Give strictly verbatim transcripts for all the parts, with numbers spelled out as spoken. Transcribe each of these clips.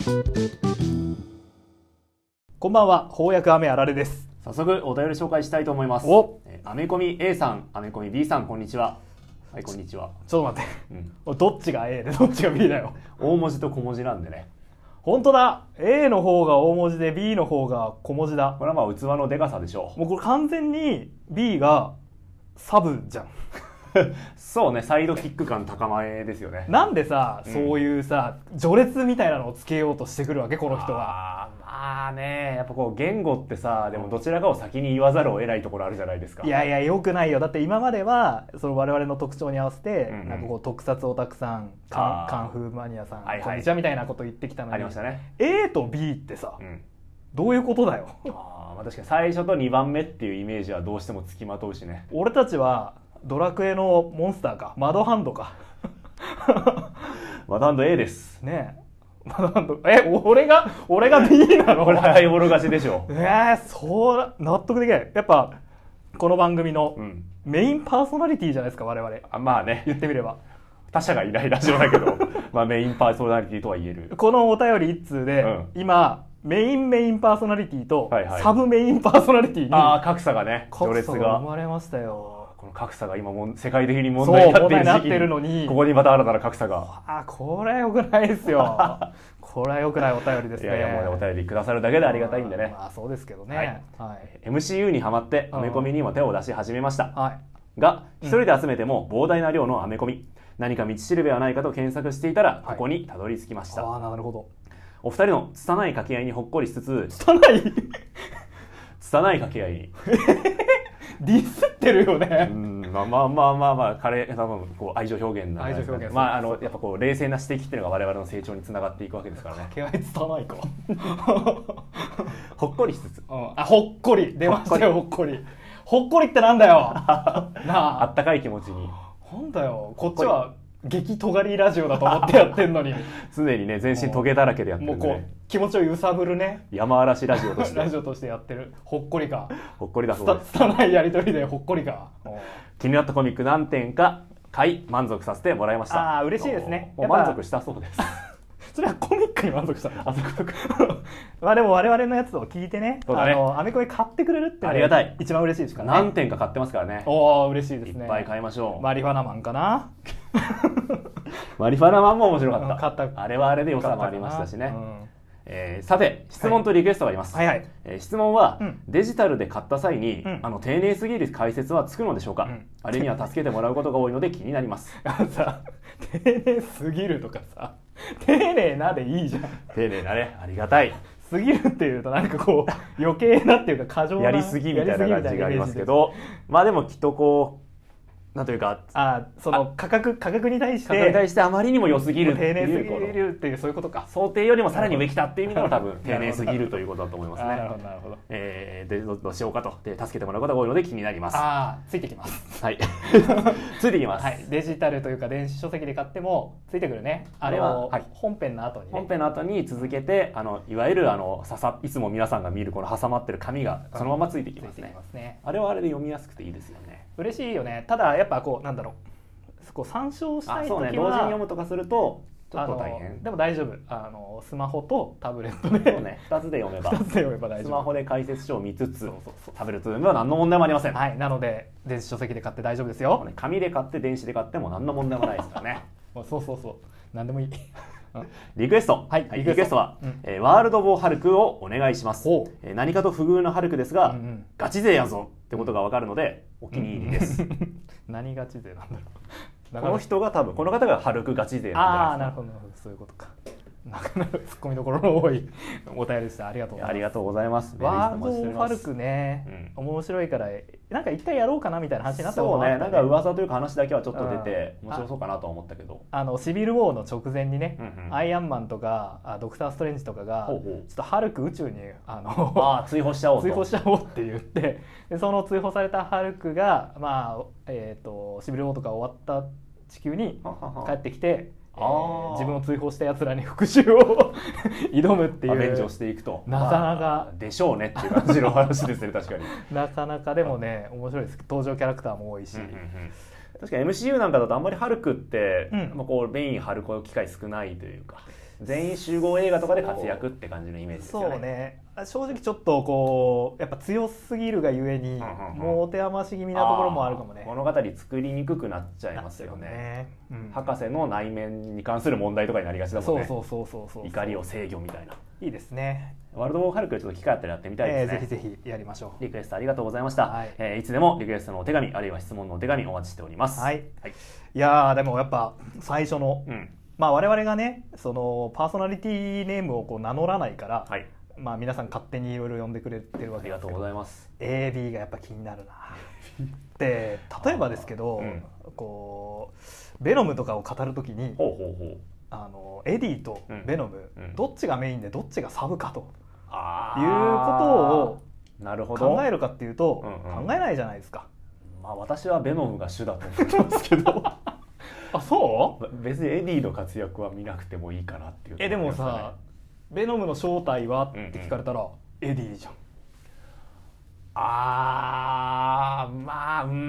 こんばんは、翻訳雨あられです。 早速お便り紹介したいと思います。 おアメコミ A さん、アメコミ B さん、こんにちは。はい、こんにちは。 ちょっと待って、うん、どっちが A でどっちが B だよ。 大文字と小文字なんでね。 本当だ、 A の方が大文字で B の方が小文字だ。 これはまあ器のでかさでしょう。 もうこれ完全に B がサブじゃん。 そうね、サイドキック感高前ですよね。 なんでさ、 うん、 そういうさ序列みたいなのをつけようとしてくるわけ、この人は。 あまあね、やっぱこう言語ってさ、でもどちらかを先に言わざるを得ないところあるじゃないですか。 いやいや、よくないよ。だって今まではその我々の特徴に合わせて、うんうん、なんかこう特撮オタクさん、カン、カンフーマニアさん、はいはい、こんにちはみたいなこと言ってきたのに、 ありましたね。 A と B ってさ、うん、どういうことだよ。 あ、まあ、確かに最初とにばんめっていうイメージはどうしてもつきまとうしね。 俺たちはドラクエのモンスターか、マドハンドか。 マドハンド A ですねえ。マドハンド、え、俺が俺が B なの？ これは大ボロ勝ちでしょう。 えー、そう納得できない。やっぱこの番組のメインパーソナリティじゃないですか、我々。 あ、まあね、 言ってみれば他者がいないラジオだけどまあメインパーソナリティとは言える。 このお便り一通で、うん、今メインメインパーソナリティとサブメインパーソナリティに、 はいはい、あ格差がね、序列が格差が生まれましたよ。 この格差が今も世界的に問題になっている時期に、 のにここにまた新たな格差が。 あ、これは良くないですよ。これは良くないお便りですね。 いやいや、もうね、お便りくださるだけでありがたいんでね。 まあそうですけどね、 はいはい、エムシーユー にハマってアメコミにも手を出し始めました、 はい、 が一人で集めても膨大な量のアメコミ、何か道しるべはないかと検索していたらここにたどり着きました、 はい、あ、なるほど。 お二人の拙い掛け合いにほっこりしつつ、 拙い拙い掛け合いにディスってるよね。 うん、まあまあまあまあまあ、彼多分こう愛情表現なんですけど、まああのやっぱこう冷静な指摘っていうのが我々の成長につながっていくわけですからね。 掛け合い拙いか。 ほっこりしつつ、 うん、あ、ほっこり出ましたよ。ほっこりほっこりってなんだよ。なあ、 あったかい気持ちに。 なんだよ、こっちは激尖りラジオだと思ってやってんのに常にね、全身トゲだらけでやってるんで、ね、 もうこう気持ちを揺さぶるね、 山嵐ラジオとしてラジオとしてやってるほっこりか。 ほっこりだそうです。 拙いやり取りでほっこりか。 気になったコミック何点か買い満足させてもらいました。 ああ、嬉しいですね。 もう満足したそうです。 それはコミックに満足したの。 あそこかまあでも我々のやつを聞いてね、 そうだね、 あのアメコミ買ってくれるって、ね、 ありがたい、 一番嬉しいですからね。 何点か買ってますからね。 おお、嬉しいですね。 いっぱい買いましょう。 マリファナマンかな。 マリファナマンも面白かった。 買った、 あれはあれで良さもありましたしね。うん、えー、さて質問とリクエストがあります。 はいはいはい、 えー、質問は、うん、デジタルで買った際に、 うん、 あの丁寧すぎる解説はつくのでしょうか、うん、あれには助けてもらうことが多いので気になります。 あのさ、丁寧すぎるとかさ、丁寧なでいいじゃん。 丁寧なね、ありがたい。 すぎるっていうとなんかこう余計なっていうか過剰なやりすぎみたいな感じがありますけど、まあでもきっとこうなんというか、 あ、その価格価格に対して価格に対してあまりにも良すぎるっていう、 丁寧すぎるっていう、そういうことか。 想定よりもさらに上来たっていう意味でも多分丁寧すぎるということだと思いますね。 なるほどなるほど。 えー、で ど, どうしようかとで助けてもらうことが多いので気になります。 ああ、ついてきます。 はいついてきます、 はい、デジタルというか電子書籍で買ってもついてくるね。あれは、はい、本編の後に、ね、 本編の後に続けて、あのいわゆるあのささいつも皆さんが見るこの挟まってる紙がそのままついてきますね。 ますね。 あれはあれで読みやすくていいですよね。 嬉しいよね。ただやっぱこうなんだろう、こう参照したい時は、 そうね、同時に読むとかするとちょっと大変。 でも大丈夫、あのスマホとタブレットで、 そう、ね、ふたつで読めばふたつで読めば大丈夫。スマホで解説書を見つつ、そうそうそう、タブレットで読めば何の問題もありません。 はい、なので電子書籍で買って大丈夫ですよ。 ね、紙で買って電子で買っても何の問題もないですからね。 そうそうそう、何でもいい。 リクエスト、 はい、 リクエストは、うん、えー、ワールド・オブ・ハルクをお願いします。えー、何かと不遇なハルクですが、うんうん、ガチ勢やぞってことが分かるのでお気に入りです。 何ガチ勢なんだろう。 この人が多分この方がハルクガチ勢なんじゃないですか。 ああ、なるほどなるほど、そういうことか。なかなかツッコミどころの多いお便りでした。ありがとうございます。 ありがとうございます。 ワールド・オブ・ハルクね、うん、面白いからなんか一回やろうかなみたいな話になったこともあったね。 そうね、なんか噂というか話だけはちょっと出て面白そうかなと思ったけど、 あのシビル・ウォーの直前にね、うんうん、アイアンマンとかあドクター・ストレンジとかがほうほう、ちょっとハルク宇宙にあのあ追放しちゃおうと追放しちゃおうって言って、でその追放されたハルクが、まあえー、とシビル・ウォーとか終わった地球に帰ってきて、えー、自分を追放したやつらに復讐を挑むっていう、アベンジをしていくと、 なかなか、まあ、でしょうねっていう感じの話ですね。確かになかなかでもね面白いです。登場キャラクターも多いし、うんうんうん、 確かに エムシーユー なんかだとあんまりハルクって、うん、まあ、こうメイン張る機会少ないというか、 全員集合映画とかで活躍って感じのイメージですよね。 そうね、正直ちょっとこうやっぱ強すぎるがゆえに、うんうんうん、もう手余し気味なところもあるかもね。 物語作りにくくなっちゃいますよね。ね、うん、博士の内面に関する問題とかになりがちだもんね。 そうそうそうそうそう、 怒りを制御みたいな。いいですね。 ワールド・ウォー・ハルクちょっと機会あったらやってみたいですね。 えー、ぜひぜひやりましょう。 リクエストありがとうございました。はい、えー、いつでもリクエストのお手紙あるいは質問のお手紙お待ちしております。 はい。はい、いやーでもやっぱ最初の、うん、まあ我々がねそのパーソナリティネームをこう名乗らないから、はい、まあ皆さん勝手にいろいろ呼んでくれてるわけですけど。 ありがとうございます。 エービー がやっぱ気になるな。で例えばですけど、うん、こうベノムとかを語るときに、ほうほうほう、あのエディとベノム、うんうん、どっちがメインでどっちがサブかということを考えるかっていうと、うんうん、考えないじゃないですか。 まあ私はベノムが主だと思ってますけどあ、そう別にエディの活躍は見なくてもいいかなっていう、ね、 えでもさベノムの正体はって聞かれたら、うんうん、エディじゃん。 あーまあうん、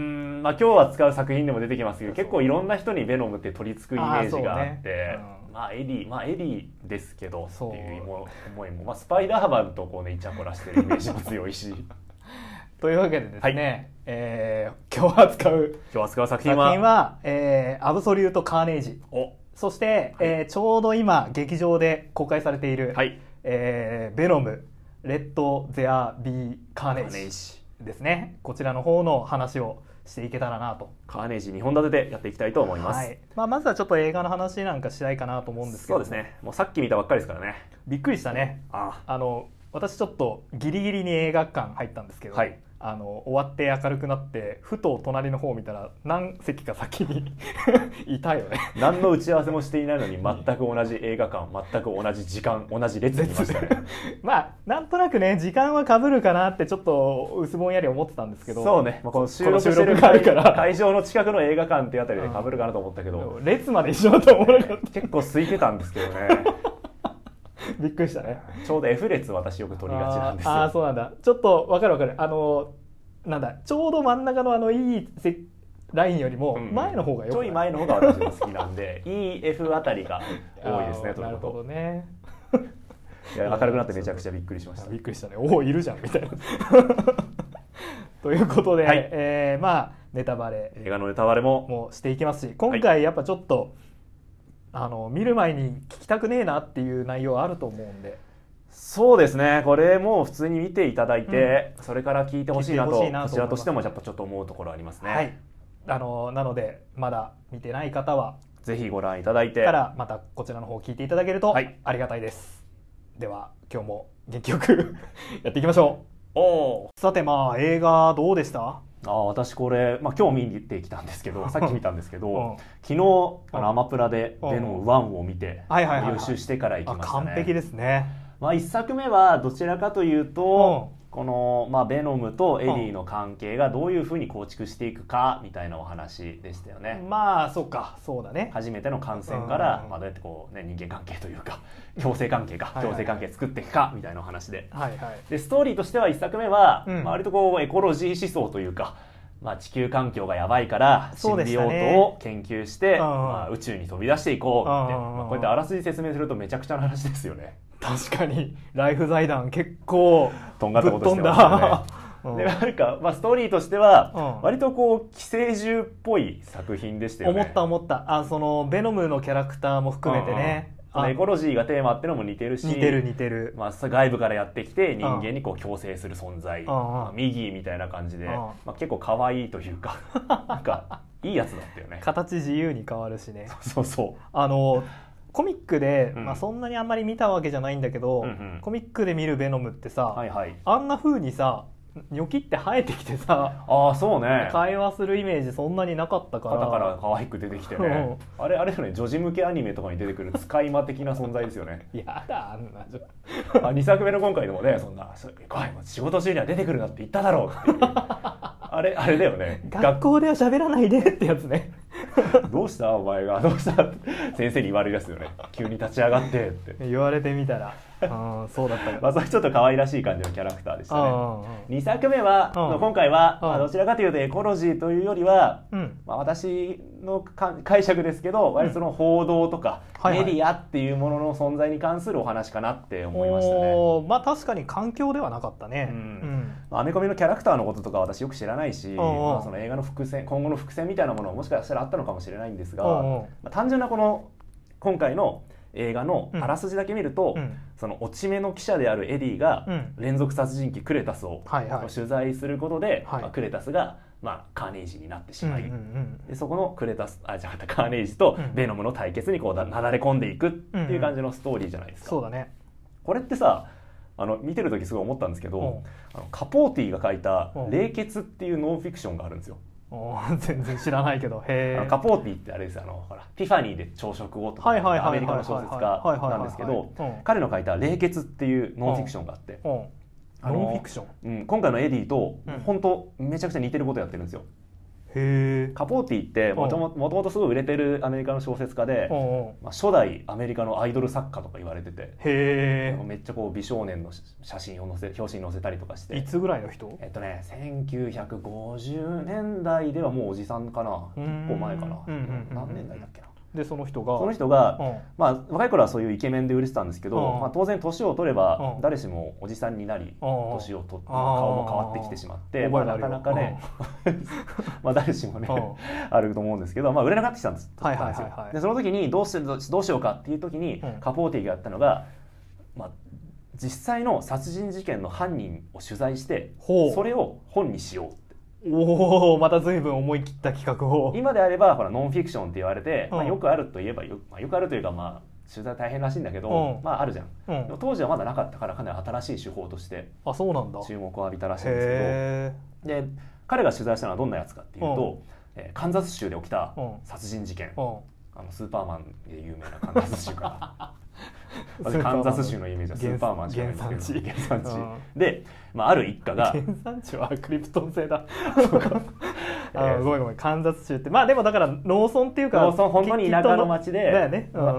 まあ、今日は使う作品でも出てきますけど結構いろんな人にベノムって取り付くイメージがあって、ね、うん、まあエディまあエディですけどっていう思いも、まあ、スパイダーマンとこうねイチャコラしてるイメージも強いしというわけでですね、はい、えー、今日扱う今日扱う作品は作品は、えー、アブソリュート・カーネイジ。おそして、はい、えー、ちょうど今劇場で公開されている、はい、えー、ベノムレッド・ゼア・ビー・カーネイジですね。こちらの方の話をしていけたらなと。 カーネイジにほん立てでやっていきたいと思います。はい、 まあ、まずはちょっと映画の話なんかしたいかなと思うんですけど。 そうですね。もうさっき見たばっかりですからね。 びっくりしたね。ああ、あの私ちょっとギリギリに映画館入ったんですけど、はい、あの終わって明るくなってふと隣の方を見たら何席か先にいたよね。 何の打ち合わせもしていないのに全く同じ映画館全く同じ時間同じ列にいましたね。 まあなんとなくね時間は被るかなってちょっと薄ぼんやり思ってたんですけど、 そうね、まあ、この収録してる会から会場の近くの映画館ってあたりで被るかなと思ったけど、 うん、列まで一緒だと思わなかった。 結構空いてたんですけどね。 びっくりしたね。 ちょうど F 列私よく取りがちなんですよ。 ああそうなんだ。ちょっと分かる分かる。あのなんだちょうど真ん中のあのいいラインよりも前の方がよくない、うん、ちょい前の方が私も好きなんで イーエフ あたりが多いですね。 なるほどね。 いや明るくなってめちゃくちゃびっくりしました。 びっくりしたね。おおいるじゃんみたいな。ということで、はい、えー、まあネタバレ映画のネタバレももうしていきますし、今回やっぱちょっと、はい、あの見る前に聞きたくねえなっていう内容あると思うんで。 そうですね、これも普通に見ていただいて、うん、それから聞いてほしいなとこちらとしてもやっぱちょっと思うところありますね。はい、 あのなのでまだ見てない方はぜひご覧いただいてからまたこちらの方を聞いていただけるとありがたいです。はい、では今日も元気よくやっていきましょう。おさてまあ映画どうでした？ あ私これ、まあ、今日見てきたんですけどさっき見たんですけど、うん、昨日あのアマプラでベノムワンを見て予習してから行きましたね。 完璧ですね。 まあ、いっさくめはどちらかというと、うん、この、まあ、ベノムとエディの関係がどういうふうに構築していくかみたいなお話でしたよね。 まあそうかそうだね。 初めての感染から、まあ、どうやってこう、ね、人間関係というか共生関係か共生関係作っていくかみたいなお話で、はいはい、でストーリーとしてはいっさくめは、うんまあ、割とこうエコロジー思想というか、まあ、地球環境がやばいからシンビオートを研究して、ねまあ、宇宙に飛び出していこうって、まあ、こうやってあらすじ説明するとめちゃくちゃな話ですよね。 確かにライフ財団結構とんがったことしてますよね。でなんか、まあ、ストーリーとしては割とこう寄生獣っぽい作品でしたよね。 思った思ったあそのベノムのキャラクターも含めてね、 うんうん、エコロジーがテーマってのも似てるし似てる似てる、 まあ、外部からやってきて人間にこう共生する存在、まあ、ミギーみたいな感じで、まあ、結構可愛いというかなんかいいやつだったよね。 形自由に変わるしね。 そうそうあのコミックで、うんまあ、そんなにあんまり見たわけじゃないんだけど、うんうん、コミックで見るベノムってさ、はいはい、あんな風にさニョキって生えてきてさあそうね会話するイメージそんなになかったから肩から可愛く出てきてねあれあれよね女児向けアニメとかに出てくる使い魔的な存在ですよね。 やだあんなあにさくめの今回でもねそんな仕事中には出てくるなって言っただろうっていうあれあれだよね学校では喋らないでってやつねどうしたお前がどうしたって先生に言われるやつよね急に立ち上がってって言われてみたらあそうだったよまあそれちょっと可愛らしい感じのキャラクターでしたね。にさくめは今回はまあどちらかというとエコロジーというよりは、うんまあ、私の解釈ですけど割とその報道とかメディアっていうものの存在に関するお話かなって思いましたね。 おまあ確かに環境ではなかったね。 うんうん、アメコミのキャラクターのこととか私よく知らないし、まあ、その映画の伏線今後の伏線みたいなものはもしかしたらあったのかもしれないんですが、まあ、単純なこの今回の映画のあらすじだけ見ると、うん、その落ち目の記者であるエディが連続殺人鬼クレタスを取材することで、はいはいまあ、クレタスが、まあ、カーネイジになってしまい、うんうんうん、でそこのクレタスあじゃあカーネイジとベノムの対決にこうなだれ込んでいくっていう感じのストーリーじゃないですか。 そうだね。 これってさあの見てる時すごい思ったんですけど、うん、あのカポーティが書いた「冷血」っていうノンフィクションがあるんですよ。 お全然知らないけどへあのカポーティってあれですあのほらティファニーで朝食をとかアメリカの小説家なんですけど彼の書いた「冷血」っていうノンフィクションがあってノンフィクション、 うん、今回のエディと本当めちゃくちゃ似てることやってるんですよ。 へカポーティってもともとすごい売れてるアメリカの小説家で、まあ、初代アメリカのアイドル作家とか言われててへめっちゃこう美少年の写真を載せ表紙に載せたりとかして。 いつぐらいの人？ えっとねせんきゅうひゃくごじゅうねんだいではもうおじさんかな結構前かな何年代だっけな。 でその人がその人が、うんまあ、若い頃はそういうイケメンで売れてたんですけど、うんまあ、当然年を取れば、うん、誰しもおじさんになり、うん、年を取って顔も変わってきてしまって、まあ、なかなかね、うん、まあ誰しもね、うん、あると思うんですけど、まあ、売れなくなってきたんです。はいはいはいはい、でその時にどうしどうしようかっていう時に、うん、カポーティがやったのが、まあ、実際の殺人事件の犯人を取材してそれを本にしよう。 おおまた随分思い切った企画を。 今であればほらノンフィクションって言われて、うんまあ、よくあるといえば よ,、まあ、よくあるというかまあ取材大変らしいんだけど、うん、まああるじゃん、うん、当時はまだなかったからかなり新しい手法として注目を浴びたらしいんですけど、で彼が取材したのはどんなやつかっていうと、うんえー、カンザス州で起きた殺人事件、うん、あのスーパーマンで有名なカンザス州からカンザス州のイメージはスーパーマンしかないんですけど原産地、うん、で、まあ、ある一家が原産地はクリプトン製だあごめんごめんカンザス州ってまあでもだから農村っていうか農村本当に田舎の町でだよね、うん、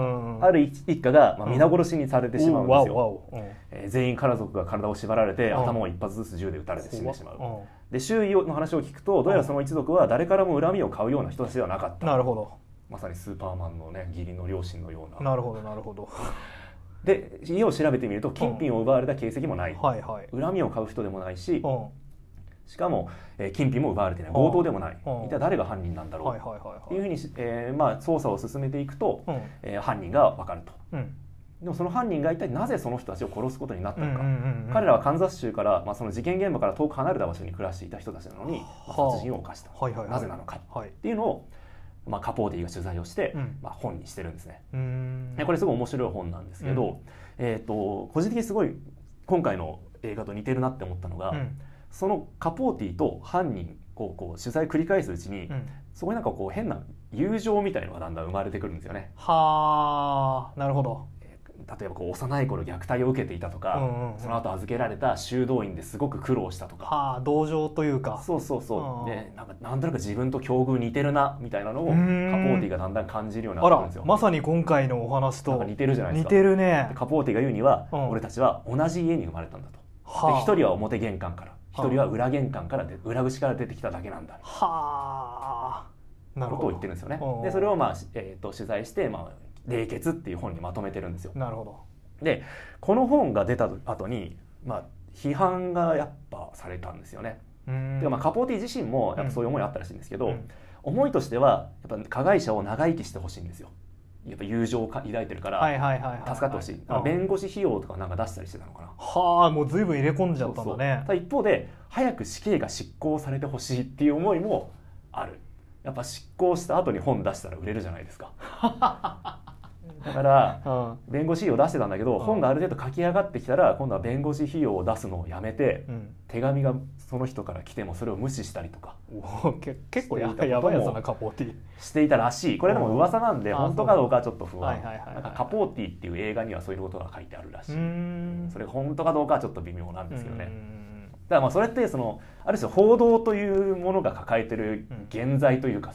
まあ、ある一家が、まあ、皆殺しにされてしまうんですよ、うんえー、全員家族が体を縛られて、うん、頭を一発ずつ銃で撃たれて死んでしまう、うん、で周囲の話を聞くとどうやらその一族は誰からも恨みを買うような人たちではなかった。 なるほど。 まさにスーパーマンのね義理の両親のような。 なるほどなるほど。 で家を調べてみると金品を奪われた形跡もない、 うんはいはい、 恨みを買う人でもないし、 うん、 しかも、えー、金品も奪われてない強盗でもない、うん、一体誰が犯人なんだろうっていうふうに、えーまあ、捜査を進めていくと、うんえー、犯人が分かると、うん、でもその犯人が一体なぜその人たちを殺すことになったのか、うんうんうんうん、彼らはカンザス州から、まあ、その事件現場から遠く離れた場所に暮らしていた人たちなのに、まあ、殺人を犯した、はいはいはい、なぜなのかっていうのを、まあ、カポーティが取材をして、うんまあ、本にしてるんですね。うんこれすごい面白い本なんですけど、うんえー、と個人的にすごい今回の映画と似てるなって思ったのが、うん、そのカポーティと犯人をこう取材繰り返すうちに、うん、そこになんかこう変な友情みたいのがだんだん生まれてくるんですよね。 はあなるほど。 例えばこう幼い頃虐待を受けていたとか、うんうんうん、その後預けられた修道院ですごく苦労したとか、 はあ、同情というかそうそうそう、でなんかなんとなく自分と境遇似てるなみたいなのをカポーティがだんだん感じるようになってくるんですよ。 あらまさに今回のお話と似てるじゃないですか。 似てるね。 カポーティが言うには、うん、俺たちは同じ家に生まれたんだと、はあ、で一人は表玄関から一人は裏玄関からで裏口から出てきただけなんだはあなるほどことを言ってるんですよね。でそれを、まあえー、と取材して、まあ、冷血っていう本にまとめてるんですよ。 なるほど。 でこの本が出た後に、まあ、批判がやっぱされたんですよね。でまあ、カポーティ自身もやっぱそういう思いあったらしいんですけど、うん、思いとしてはやっぱ加害者を長生きしてほしいんですよ。やっぱ友情を抱いてるから助かってほしい。弁護士費用とかなんか出したりしてたのかな。 はあもう随分入れ込んじゃったんだね。 そうそう一方で早く死刑が執行されてほしいっていう思いもある。やっぱ執行した後に本出したら売れるじゃないですか。だから、うん、弁護士費用を出してたんだけど、うん、本がある程度書き上がってきたら今度は弁護士費用を出すのをやめて、うん、手紙がその人から来てもそれを無視したりとかお結構やばいやばいやつなカポーティしていたらしい。これでも噂なんで本当かどうかはちょっと不安。カポーティっていう映画にはそういうことが書いてあるらしい。それが本当かどうかはちょっと微妙なんですけどね。だからまあそれってそのある種報道というものが抱えてる現在というかさ、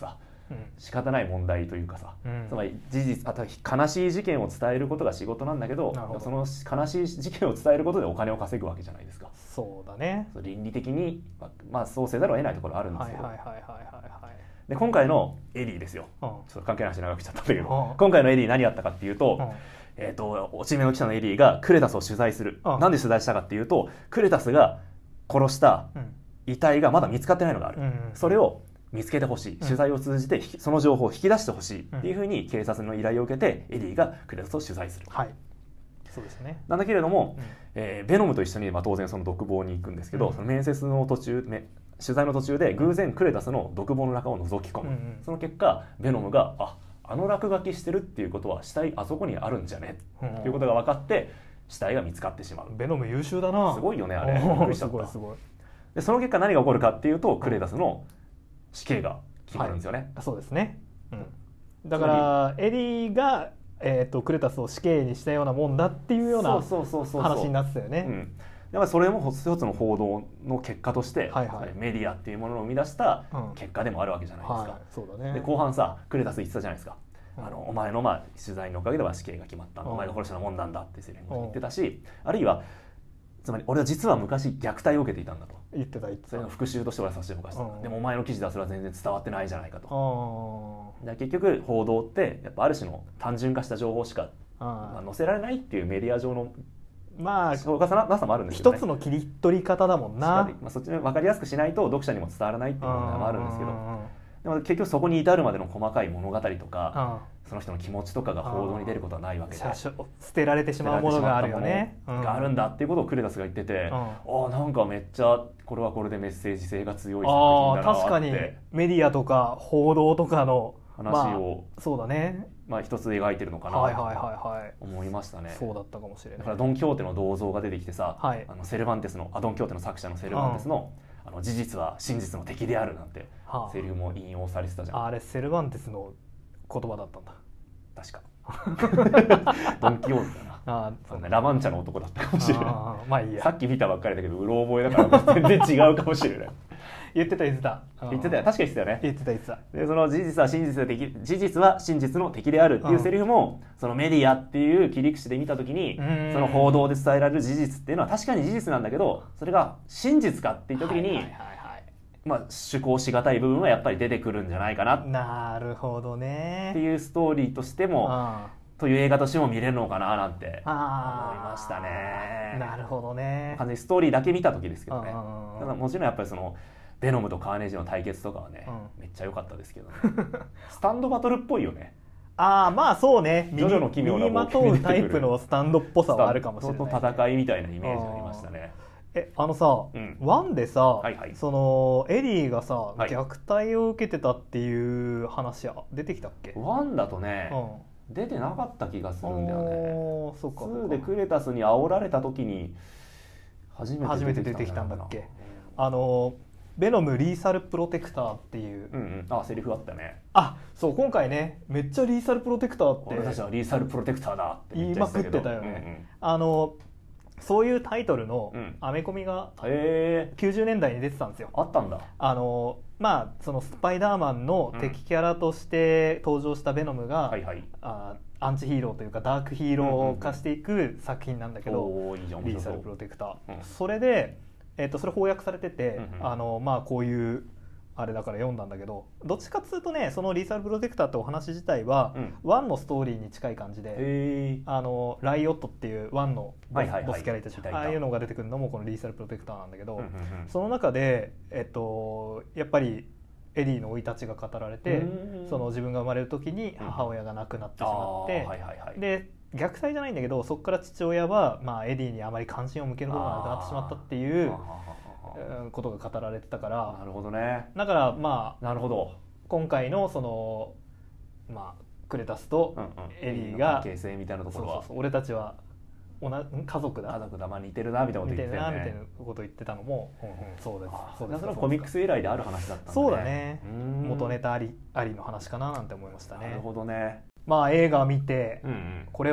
仕方ない問題というかさ、うん、つまり事実、あと悲しい事件を伝えることが仕事なんだけど、どその悲しい事件を伝えることでお金を稼ぐわけじゃないですか。 そうだね。 倫理的に、まあ、そうせざるを得ないところあるんですよ。で今回のエリーですよ、うん、ちょっと関係ない話長くちゃったんだけど、うん、今回のエリー何やったかっていうと、うんえー、と落ち目の記者のエリーがクレタスを取材する、うん、なんで取材したかっていうと、クレタスが殺した遺体がまだ見つかってないのがある、うんうん、それを見つけてほしい、取材を通じてその情報を引き出してほしいっていうふうに警察の依頼を受けてエリーがクレタスを取材する、 はい、そうですね。 なんだけれども、うんえー、ベノムと一緒に、まあ、当然その独房に行くんですけど、うん、その面接の途中取材の途中で偶然クレタスの独房の中を覗き込む、うんうん、その結果ベノムがああの落書きしてるっていうことは死体あそこにあるんじゃねっていうことが分かって死体が見つかってしまう。 ベノム優秀だな。 すごいよねあれ。びっくりしちゃった。すごいすごい。でその結果何が起こるかっていうとクレタスの死刑が決まるんですよね、 はい、そうですね、うん、だからエリーが、えー、とクレタスを死刑にしたようなもんだっていうような話になってたよね。 やっぱりそれも一つの報道の結果として、はいはい、メディアっていうものを生み出した結果でもあるわけじゃないですか、うんはいそうだね、で後半さクレタス言ってたじゃないですか、うん、あのお前のまあ取材のおかげでは死刑が決まった、うん、お前が殺したもんなんだってセリフも言ってたし、うん、あるいはつまり俺は実は昔虐待を受けていたんだと言ってた言ってた、 それの復讐として俺はさせてもらした、うん、でもお前の記事ではそれは全然伝わってないじゃないかと、うん、結局報道ってやっぱある種の単純化した情報しか、まあ、載せられないっていうメディア上のまあ、そうかさなさもあるんですけどね。 一つの切り取り方だもんな。 まあ、そっちの分かりやすくしないと読者にも伝わらないっていう問題もあるんですけど、でも結局そこに至るまでの細かい物語とかその人の気持ちとかが報道に出ることはないわけで、 捨てられてしまうものがあるよね。 があるんだっていうことをクレタスが言ってて、うん、あなんかめっちゃこれはこれでメッセージ性が強い作品だなって。 確かにメディアとか報道とかの話を、 まあ、そうだね。 まあ一つ描いてるのかなと思いましたね。 そうだったかもしれない。 だからドン・キホーテの銅像が出てきてさ、はい、あのセルバンテスのあドン・キホーテの作者のセルバンテスの、うん、あの事実は真実の敵であるなんて、はあ、セリフも引用されてたじゃん。 あれセルバンテスの言葉だったんだ。 確か。ドン・キホーテだな。あそうね、ラマンチャの男だったかもしれない。あまあいいや。さっき見たばっかりだけどうろ覚えだから全然違うかもしれない。 言ってた言ってた言ってたよ。確かに言ってたよね。 言ってた言ってた。 でその事実は真実の敵、事実は真実の敵であるっていうセリフも、うん、そのメディアっていう切り口で見たときに、その報道で伝えられる事実っていうのは確かに事実なんだけど、それが真実かって言ったときに、はいはいはいはい、まあ趣向しがたい部分はやっぱり出てくるんじゃないかな。 なるほどね。 っていうストーリーとしても、という映画としても見れるのかななんて思いましたね。 なるほどね。 完全にストーリーだけ見たときですけどね。ただもちろんやっぱりそのベノムとカーネージの対決とかはね、うん、めっちゃ良かったですけどね。スタンドバトルっぽいよね。 ああまあそうね。身にまとうタイプのスタンドっぽさはあるかもしれない、ね。 スタンドと戦いみたいなイメージありましたね。 えあのさ、うん、ワンでさ、はいはい、そのエリーがさ、はい、虐待を受けてたっていう話は出てきたっけ？ ワンだとね、うん、出てなかった気がするんだよね。そうか。ツーでクレタスに煽られた時に初めて出てきたんだっけ？あのベノムリーサルプロテクターっていう、 うんうん、あセリフあったね。 あそう今回ねめっちゃリーサルプロテクターって俺たちはリーサルプロテクターだって言いまくってたよね、うんうん、あのそういうタイトルのアメコミがきゅうじゅうねんだいに出てたんですよ。 あったんだ。 あのまあそのスパイダーマンの敵キャラとして登場したベノムが、うんはいはい、あアンチヒーローというかダークヒーロー化していく作品なんだけど、うんうんうん、リーサルプロテクター、うん、それでえー、とそれ翻訳されてて、うんうん、あのまあこういうあれだから読んだんだけど、どっちかっていうとねそのリーサルプロテクターってお話自体は、うん、ワンのストーリーに近い感じで、あのライオットっていうワンのボス、はいはいはい、ボスキャラいたじゃん。ああいうのが出てくるのもこのリーサルプロテクターなんだけど、うんうんうん、その中で、えっと、やっぱりエディの生い立ちが語られて、その自分が生まれる時に母親が亡くなってしまって、うんはいはいはい、で虐待じゃないんだけどそこから父親は、まあ、エディにあまり関心を向けることがなくなってしまったっていうことが語られてたから。 なるほどね。 だからまあなるほど今回のその、まあ、クレタスとエディが、 うんうん、関係性みたいなところはそうそうそう俺たちはおな家族だ家族だ、まあ、似てるなみたいなこと言ってたよね。 似てるなみたいなこと言ってたのも、うんうん、そうですそうです。 それはコミックス由来である話だったんだね。 そうだね。元ネタありありの話かななんて思いましたね。 なるほどね。 まあ映画見て、うんうん、これはっ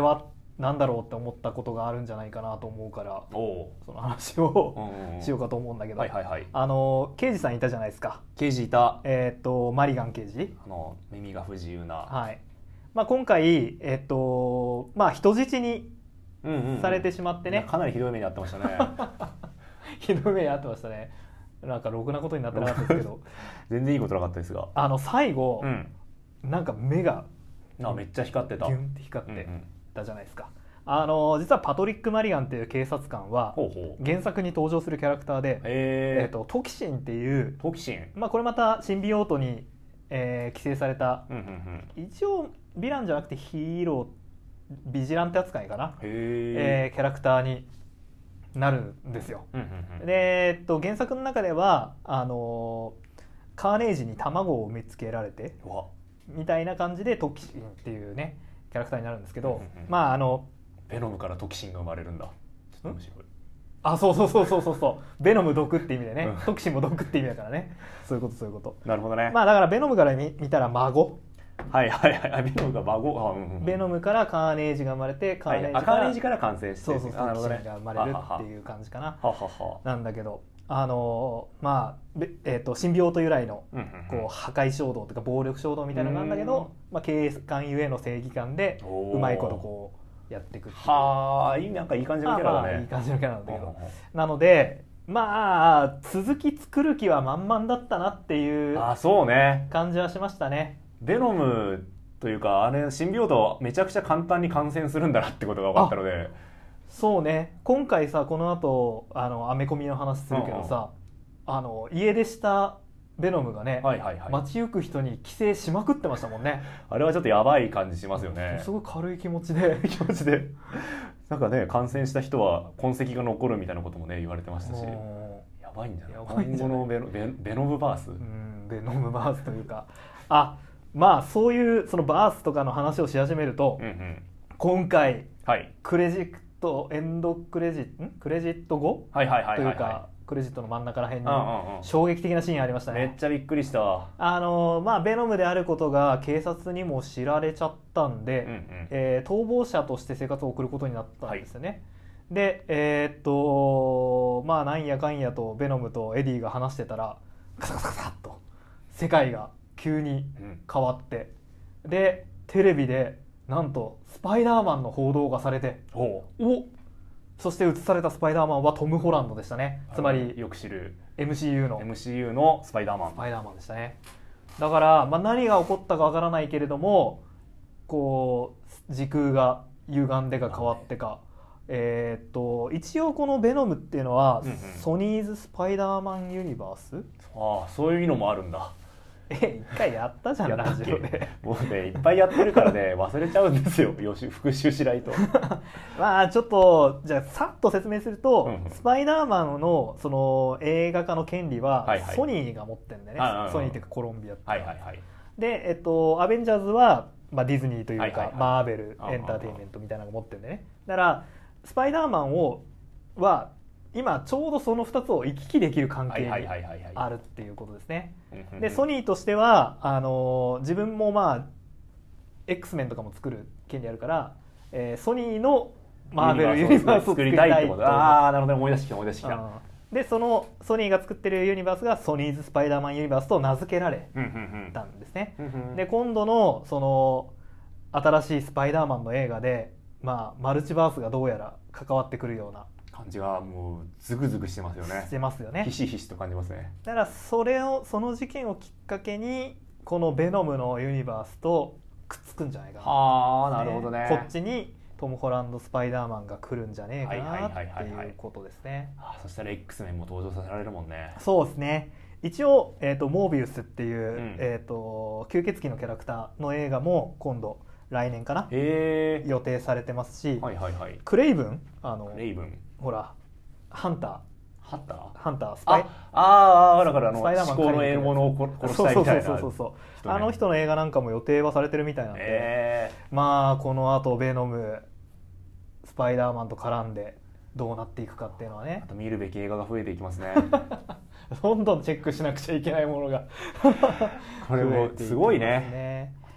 なんだろうって思ったことがあるんじゃないかなと思うから、その話をしようかと思うんだけど、あの刑事さんいたじゃないですか。 刑事いた。 えっとマリガン刑事、 あの耳が不自由な。 はい。まあ今回えっとまあ人質にされてしまってね、うんうんうん、 かなりひどい目に遭ってましたね。 ひどい目に遭ってましたね。なんかろくなことになってなかったですけど、 全然いいことなかったですが、 あの最後、うん、なんか目があめっちゃ光ってた。 ギュンって光って。うんうんたじゃないですか。あの実はパトリック・マリガンっていう警察官は原作に登場するキャラクターで、えー、とトキシンっていうトキシン、 まあ、これまたシンビオートに、えー、寄生された、うんうんうん、一応ヴィランじゃなくてヒーロービジランテ扱いかな、えー、キャラクターになるんですよ。うんうんうん、で、えー、と原作の中ではあのカーネージに卵を産みつけられてみたいな感じでトキシンっていうねキャラクターになるんですけど、うんうん、まああのベノムからトキシンが生まれるんだ。面白い。 あ、そうそうそうそうそうそう。ベノム毒って意味でね、うん、トキシンも毒って意味だからね。そういうことそういうこと。 なるほどね。 まあだからベノムから 見, 見たら孫。 はいはいはい。ベノムが孫。あ、うんうん、 ベノムからカーネージが生まれて、カーネージから、はい、 カーネージから感染して、 そうそうそう、トキシンが生まれるっていう感じかな。はははなんだけど。あのまあえー、と神病と由来のこう破壊衝動というか暴力衝動みたいなのがあるんだけど、まあ、警官ゆえの正義感でうまいことこうやっていくっていう。 はあ、なんかいい感じのキャラだね。まあまあいいい感じのキャラなんだけど、なのでまあ続き作る気は満々だったなっていう感じはしましたね。 ベノムというかあれ神病とめちゃくちゃ簡単に感染するんだなってことが分かったので。 そうね、今回さこの後あのアメコミの話するけどさ、うんうん、あの家出したベノムがね、はいはいはい、街行く人に寄生しまくってましたもんね。 あれはちょっとやばい感じしますよね。 すごい軽い気持ちで気持ちでなんかね感染した人は痕跡が残るみたいなこともね言われてましたし、やばいんじゃない今後のベノ、ベ、ベノムバース、うん、 ベノムバースというかあまあそういうそのバースとかの話をし始めると、うんうん、今回、はい、クレジットエンドクレジットクレジット後というかクレジットの真ん中ら辺に衝撃的なシーンありましたね。 めっちゃびっくりした。 あのまあベノムであることが警察にも知られちゃったんで、うんうんえー、逃亡者として生活を送ることになったんですよね。はい、でえー、っとまあなんやかんやとベノムとエディが話してたらカサカサカサッと世界が急に変わって、うん、でテレビでなんとスパイダーマンの報道がされて、おそして映されたスパイダーマンはトム・ホランドでしたね。つまりよく知るエムシーユー のエムシーユー のスパイダーマンスパイダーマンでしたね。だから、まあ、何が起こったかわからないけれどもこう時空が歪んでか変わってか、えー、っと一応このベノムっていうのは、うんうん、ソニーズスパイダーマンユニバース、 ああそういうのもあるんだ。 え一回やったじゃんラジオで。 もうねいっぱいやってるからね忘れちゃうんですよ復習しないと。 まあちょっとじゃあさっと説明すると、うんうん、スパイダーマン の, その映画化の権利はソニーが持ってるんだよね、はいはい、ソニーっていうかコロンビアって、はいはいはい、で、えっと、アベンジャーズは、まあ、ディズニーというか、はいはいはい、マーベルエンターテインメントみたいなのが持ってるんでね。だからスパイダーマンをは今ちょうどそのふたつを行き来できる関係にあるっていうことですね。でソニーとしてはあの自分もまあ X メンとかも作る権利あるから、えー、ソニーのマーベルユニバースを作りたいってこと。 ああなるほど、思い出してきた思い出してきた。 でそのソニーが作ってるユニバースがソニーズスパイダーマンユニバースと名付けられたんですね。で今度のその新しいスパイダーマンの映画で、まあ、マルチバースがどうやら関わってくるような感じがもうズクズクしてますよね。 してますよね。 ひしひしと感じますね。 だからそれをその事件をきっかけにこのベノムのユニバースとくっつくんじゃないかな、ね。 ああなるほどね。 こっちにトム・ホランド・スパイダーマンが来るんじゃねえかなっていうことですね。 あそしたら X メンも登場させられるもんね。 そうですね。一応、えーと、モービウスっていう、うんえーと、吸血鬼のキャラクターの映画も今度来年かな、えー、予定されてますし、はいはいはい、クレイブンあのクレイブンほらハンターハンターハンタースパイああだからあの思考の獲物を殺したいみたいな、 そうそうそうそう、ね、あの人の映画なんかも予定はされてるみたいなんで、えー、まあこの後ベノムスパイダーマンと絡んでどうなっていくかっていうのはね、 あと見るべき映画が増えていきますね。 どんどんチェックしなくちゃいけないものがこれもすごいね。ト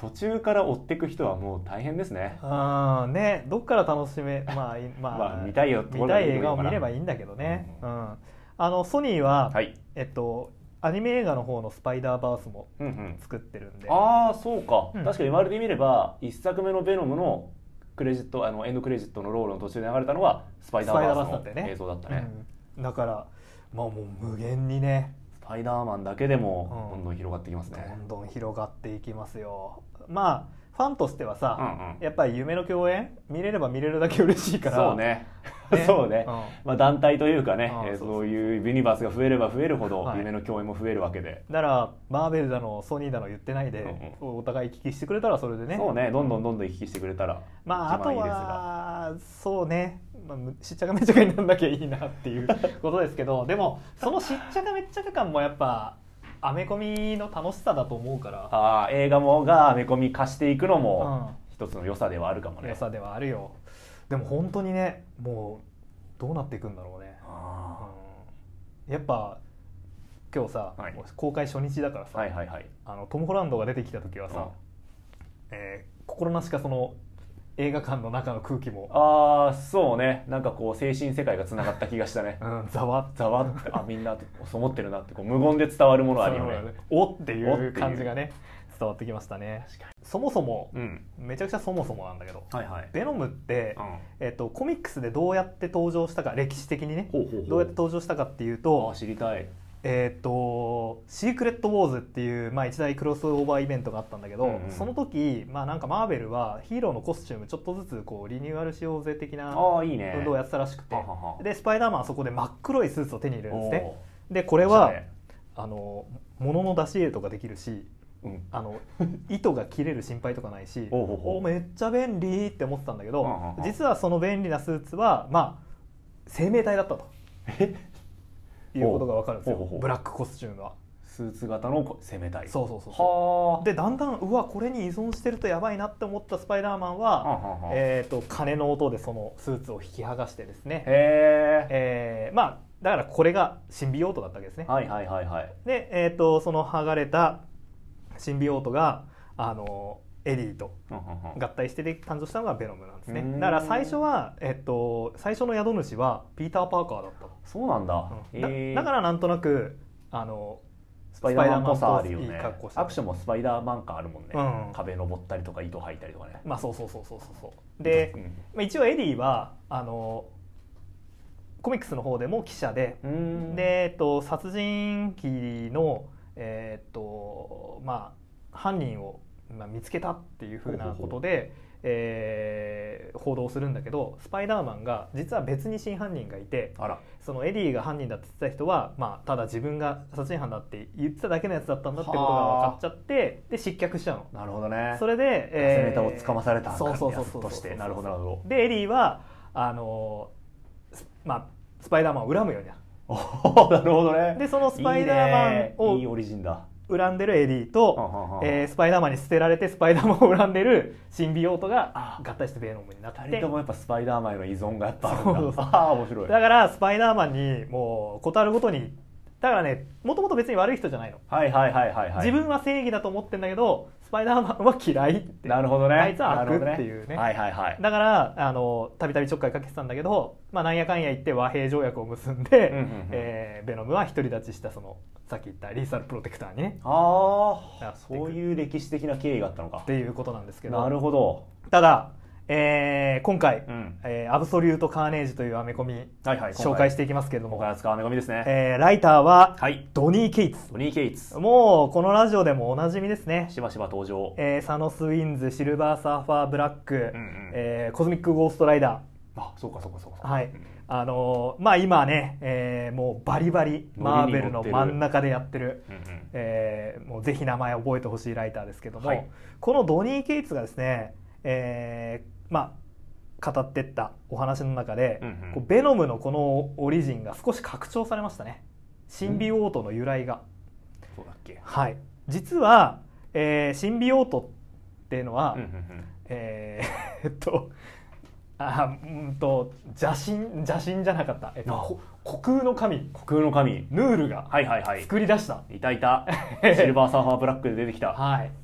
途中から追っていく人はもう大変ですね。 あね、どっから楽しめ、まあ、まあ、 まあ見たいよ、 見たい映画を見ればいいんだけどね。うん、あのソニーは、はい、えっとアニメ映画の方のスパイダーバースも作ってるんで、 うんうん、ああそうか、うん、確かに言われてみればいっさくめのベノムのクレジット、あのエンドクレジットのロールの途中で流れたのはスパイダーバースの映像だったね。 うん、だからまあもう無限にね、 スパイダーマンだけでもどんどん広がっていきますね。 うん、どんどん広がっていきますよ。まあファンとしてはさ、うんうん、やっぱり夢の共演見れれば見れるだけ嬉しいから。 そうねそうね、うん、まあ、団体というかね、うん、えー、そういうユニバースが増えれば増えるほど夢の共演も増えるわけで、はい、 だからマーベルだのソニーだの言ってないで、うんうん、お互い行き来してくれたらそれでね。 そうね、どんどんどんどん行き来してくれたらまああとはそうね、まあ、しっちゃかめっちゃかになんなきゃいいなっていうことですけどでもそのしっちゃかめっちゃか感もやっぱアメコミの楽しさだと思うから。 あ、映画もがアメコミ化していくのも一つの良さではあるかもね。 良さではあるよ。でも本当にね、もうどうなっていくんだろうね。あ、うん、やっぱ今日さ、はい、公開初日だからさ、はいはいはい、あのトム・ホランドが出てきた時はさ、うん、えー、心なしかその映画館の中の空気も、 ああそうね、なんかこう精神世界がつながった気がしたね。 うん、ざわざわって、あみんなそう思ってるなってこう無言で伝わるものあるよね。 おっていう感じがね伝わってきましたね。確かにそもそも、うん、めちゃくちゃそもそもなんだけど、はいはい、ベノムって、うん、えっと、コミックスでどうやって登場したか、歴史的にね、ほうほうほう、どうやって登場したかっていうと、 あ知りたい。 えー、とシークレット・ウォーズっていう、まあ、一大クロスオーバーイベントがあったんだけど、うんうん、その時、まあ、なんかマーベルはヒーローのコスチュームちょっとずつこうリニューアルしようぜ的な運動をやってたらしくて、いいね、でスパイダーマンはそこで真っ黒いスーツを手に入れるんですね。でこれはあの物の出し入れとかできるし、うん、あの糸が切れる心配とかないしおめっちゃ便利って思ってたんだけど、実はその便利なスーツは、まあ、生命体だったということが分かるんですよ。ブラックコスチュームはスーツ型の生命体。 そうそうそうそう。でだんだんうわこれに依存してるとやばいなって思ったスパイダーマンは、えー、と鐘の音でそのスーツを引き剥がしてですね、へえー、まあだからこれがシンビオートだったわけですね。はいはいはいはい。で、えー、とその剥がれたシンビオートがあのエディと合体してで誕生したのがベノムなんですね。だから最初は、えっと、最初の宿主はピーター・パーカーだった。 そうなんだ、 うん、だ, だからなんとなくあのスパイダーマンっぽさあるよね。アクションもスパイダーマン感あるもんね、うん、壁登ったりとか糸吐いたりとかね。 まあそうそうそうそうそうで、うん、まあ、一応エディはあのコミックスの方でも記者で、で、えっと、殺人鬼の、えーっとまあ、犯人を見つけたっていうふうなことで、えー、報道するんだけど、スパイダーマンが実は別に真犯人がいて、あらそのエディが犯人だって言ってた人は、まあ、ただ自分が殺人犯だって言ってただけのやつだったんだってことが分かっちゃって、で失脚しちゃうの。 なるほどね。 それで、 えー、ガセネタをつかまされたそうそうそうそうとして。なるほどなるほど。 でエディはあの、まあ、スパイダーマンを恨むようになる。 おなるほどね。 でそのスパイダーマンをいいね、いいオリジンだ。 恨んでるエディと、えー、スパイダーマンに捨てられてスパイダーマンを恨んでるシンビオートが合体してベノムになって、 ふたりともやっぱスパイダーマンへの依存がやっぱあるんだ。そうそうそう、あ面白い。 だからスパイダーマンにもう事あるごとに、だからね、もともと別に悪い人じゃないの。 はいはいはいはい、はい、 自分は正義だと思ってんだけどスパイダーマンは嫌いって。 なるほどね。 あいつは悪っていうね。はいはいはい。だからあのたびたびちょっかいかけてたんだけど、まあなんやかんや言って和平条約を結んで、うんうんうん、えー、ベノムは独り立ちしたそのさっき言ったリーサルプロテクターにね。 ああ、そういう歴史的な経緯があったのかっていうことなんですけど。 なるほど。 ただ、えー、今回、うん、えー、アブソリュートカーネージというアメコミ、はいはい、紹介していきますけれども、 今回扱うアメコミですね。 えー、ライターは、はい、ドニー・ケイツ。 ドニー・ケイツ。 もうこのラジオでもおなじみですね。 しばしば登場。 えー、サノス・ウィンズ、シルバー・サーファー・ブラック、うんうん、えー、コズミック・ゴースト・ライダー。あ、そうかそうかそうか。 はい。うん、あのー、まあ今ね、えー、もうバリバリマーベルの真ん中でやってる、うんうん、えー、もうぜひ名前覚えてほしいライターですけども、はい、このドニー・ケイツがですね、えー、まあ語ってったお話の中で、うんうん、こうベノムのこのオリジンが少し拡張されましたね。シンビオートの由来が、 うん、そうだっけ。 はい、実は、えー、シンビオートっていうのは、うんうんうん、えー、えっとあうんと邪神邪神じゃなかった、えっと、虚空の神虚空の神ヌールが作り出した、 はいはいはい、いたいたシルバーサーファーブラックで出てきた、 はい、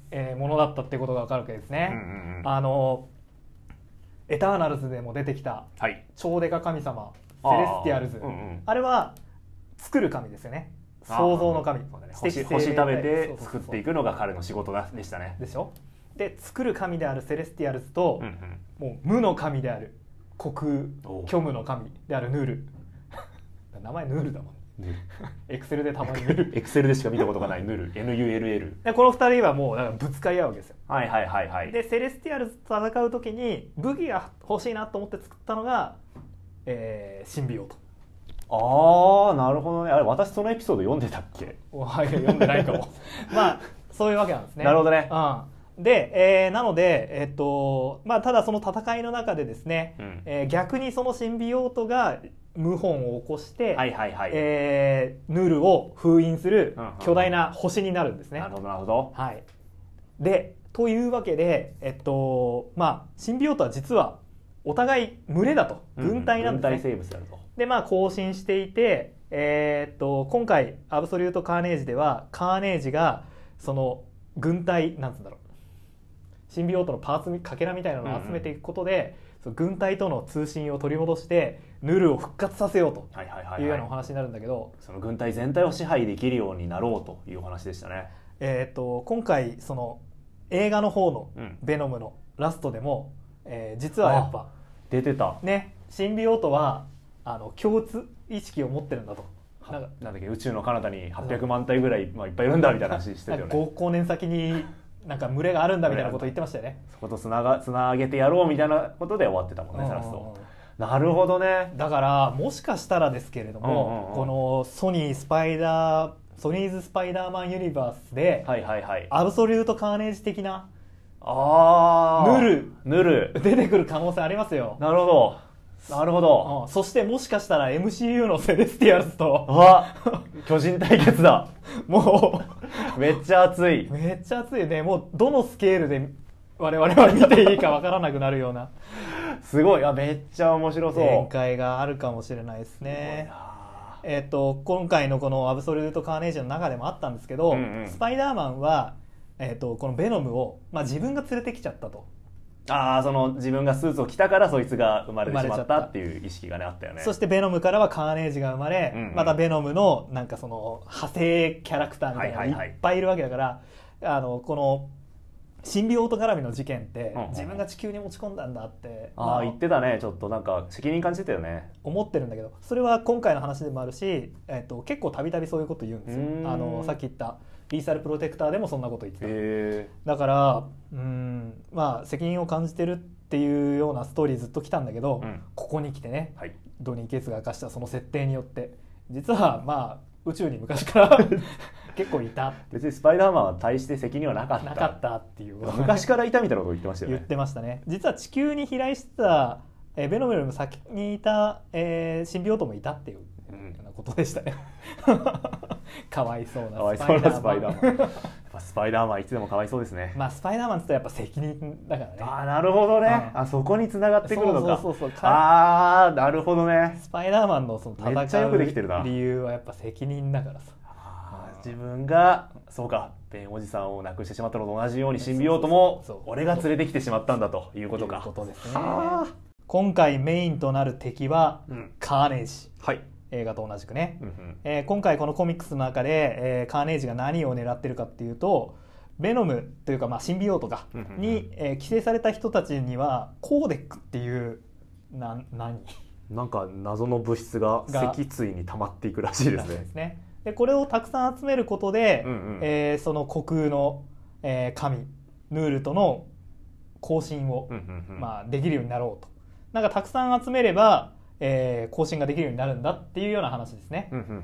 えー、ものだったっていうことが分かるわけですね。うんうんうん、あのエターナルズでも出てきた、はい、超デカ神様セレスティアルズ あ,、うんうん、あれは作る神ですよね。創造の神、 星, 星食べて作っていくのが彼の仕事でしたね。 でしょ。で作る神であるセレスティアルズと、うんうん、もう無の神である虚空虚無の神であるヌール名前ヌールだもん。エクセルでたまにヌルエクセルでしか見たことがないヌル エヌユーエルエルでこのふたりはもうだからぶつかり合うわけですよ。 はいはいはいはい。 でセレスティアルズと戦う時に武器が欲しいなと思って作ったのが、えー、シンビオート。 ああなるほどね。あれ私そのエピソード読んでたっけ？ はい読んでないかもまあそういうわけなんですね。 なるほどね。 うん、で、えー、なので、えーっとまあ、ただその戦いの中でですね、うんえー、逆にそのシンビオートが謀反を起こして、はいはいはいえー、ヌールを封印する巨大な星になるんですね。 なるほどなるほど。 はい、でというわけで、えっとまあ、シンビオートは実はお互い群れだと、軍隊なんですね。 軍隊生物だと。 でまあ交信していて、えー、っと今回アブソリュート・カーネージではカーネージがその軍隊なんつうんだろうシンビオートのパーツかけらみたいなのを集めていくことで、うんうん、その軍隊との通信を取り戻してヌルを復活させようというようなお話になるんだけど、はいはいはいはい、 その軍隊全体を支配できるようになろうというお話でしたね。 えー、っと今回その映画の方のベノムのラストでも、えー、実はやっぱ出てたねシンビオートはあの共通意識を持ってるんだと。 なんかなんだっけ宇宙の彼方にはっぴゃくまん体ぐらい、まあ、いっぱいいるんだみたいな話してたよね。 ごおく光年先になんか群れがあるんだみたいなこと言ってましたよね。 そことつながつなげてやろうみたいなことで終わってたもんね、ラスト。なるほどね。 だからもしかしたらですけれども、うんうんうん、このソニースパイダーソニーズスパイダーマンユニバースで、はいはいはい、アブソリュートカーネージ的なあヌルヌル出てくる可能性ありますよ。 なるほどなるほど、 うん、そしてもしかしたら エムシーユー のセレスティアルズとあ巨人対決だもうめっちゃ熱いめっちゃ熱いね。もうどのスケールで我々は見ていいかわからなくなるようなすごいあめっちゃ面白そう展開があるかもしれないですね。えー、と今回のこのアブソリュート・カーネージの中でもあったんですけど、うんうん、スパイダーマンは、えー、とこのベノムを、まあ、自分が連れてきちゃったと。 ああその自分がスーツを着たからそいつが生まれてしまったっていう意識がねあったよね。 そしてベノムからはカーネージが生まれ、うんうん、またベノムのなんかその派生キャラクターみたいなのがいっぱいいるわけだから、はいはいはい、あのこのシンビオート絡みの事件って自分が地球に持ち込んだんだって、 うんうん、ああ言ってたね。ちょっとなんか責任感じてたよね。 思ってるんだけどそれは今回の話でもあるし、えー、と結構たびたびそういうこと言うんですよ。あのさっき言ったリーサルプロテクターでもそんなこと言ってた。へだからうんまあ責任を感じてるっていうようなストーリーずっと来たんだけど、うん、ここに来てね、はい、ドニー・ケイツが明かしたその設定によって実はまあ宇宙に昔から結構いた。 別にスパイダーマンは対して責任はなかったなかったっていう昔からいたみたいなことを言ってましたよね。 言ってましたね。実は地球に飛来してた、えー、ベノムよりも先にいた、えー、シンビオートもいたっていうようなことでしたね、うん、かわいそうなスパイダーマンやっぱスパイダーマンいつでもかわいそうですね。 まあスパイダーマンって言ったらやっぱ責任だからね。 ああなるほどね、うん、あそこに繋がってくるのか。 そうそうそうそうああなるほどね。 スパイダーマンのその戦うめっちゃよくできてるな。 理由はやっぱ責任だからさ。 自分がそうかベンおじさんを亡くしてしまったのと同じようにシンビオートも俺が連れてきてしまったんだということか。 いうことですね。今回メインとなる敵はカーネージ、うんはい、映画と同じくね、うんうんえー、今回このコミックスの中で、えー、カーネージが何を狙ってるかっていうとベノムというか、まあ、シンビオートか、うんうんうん、に、えー、寄生された人たちにはコーデックっていうな何なんか謎の物質が脊椎に溜まっていくらしいですね。 ですね。でこれをたくさん集めることで、うんうんえー、その虚空の、えー、神ヌールとの交信を、うんうんうんまあ、できるようになろうと。なんかたくさん集めれば、えー、交信ができるようになるんだっていうような話ですね。うんうんうんうん、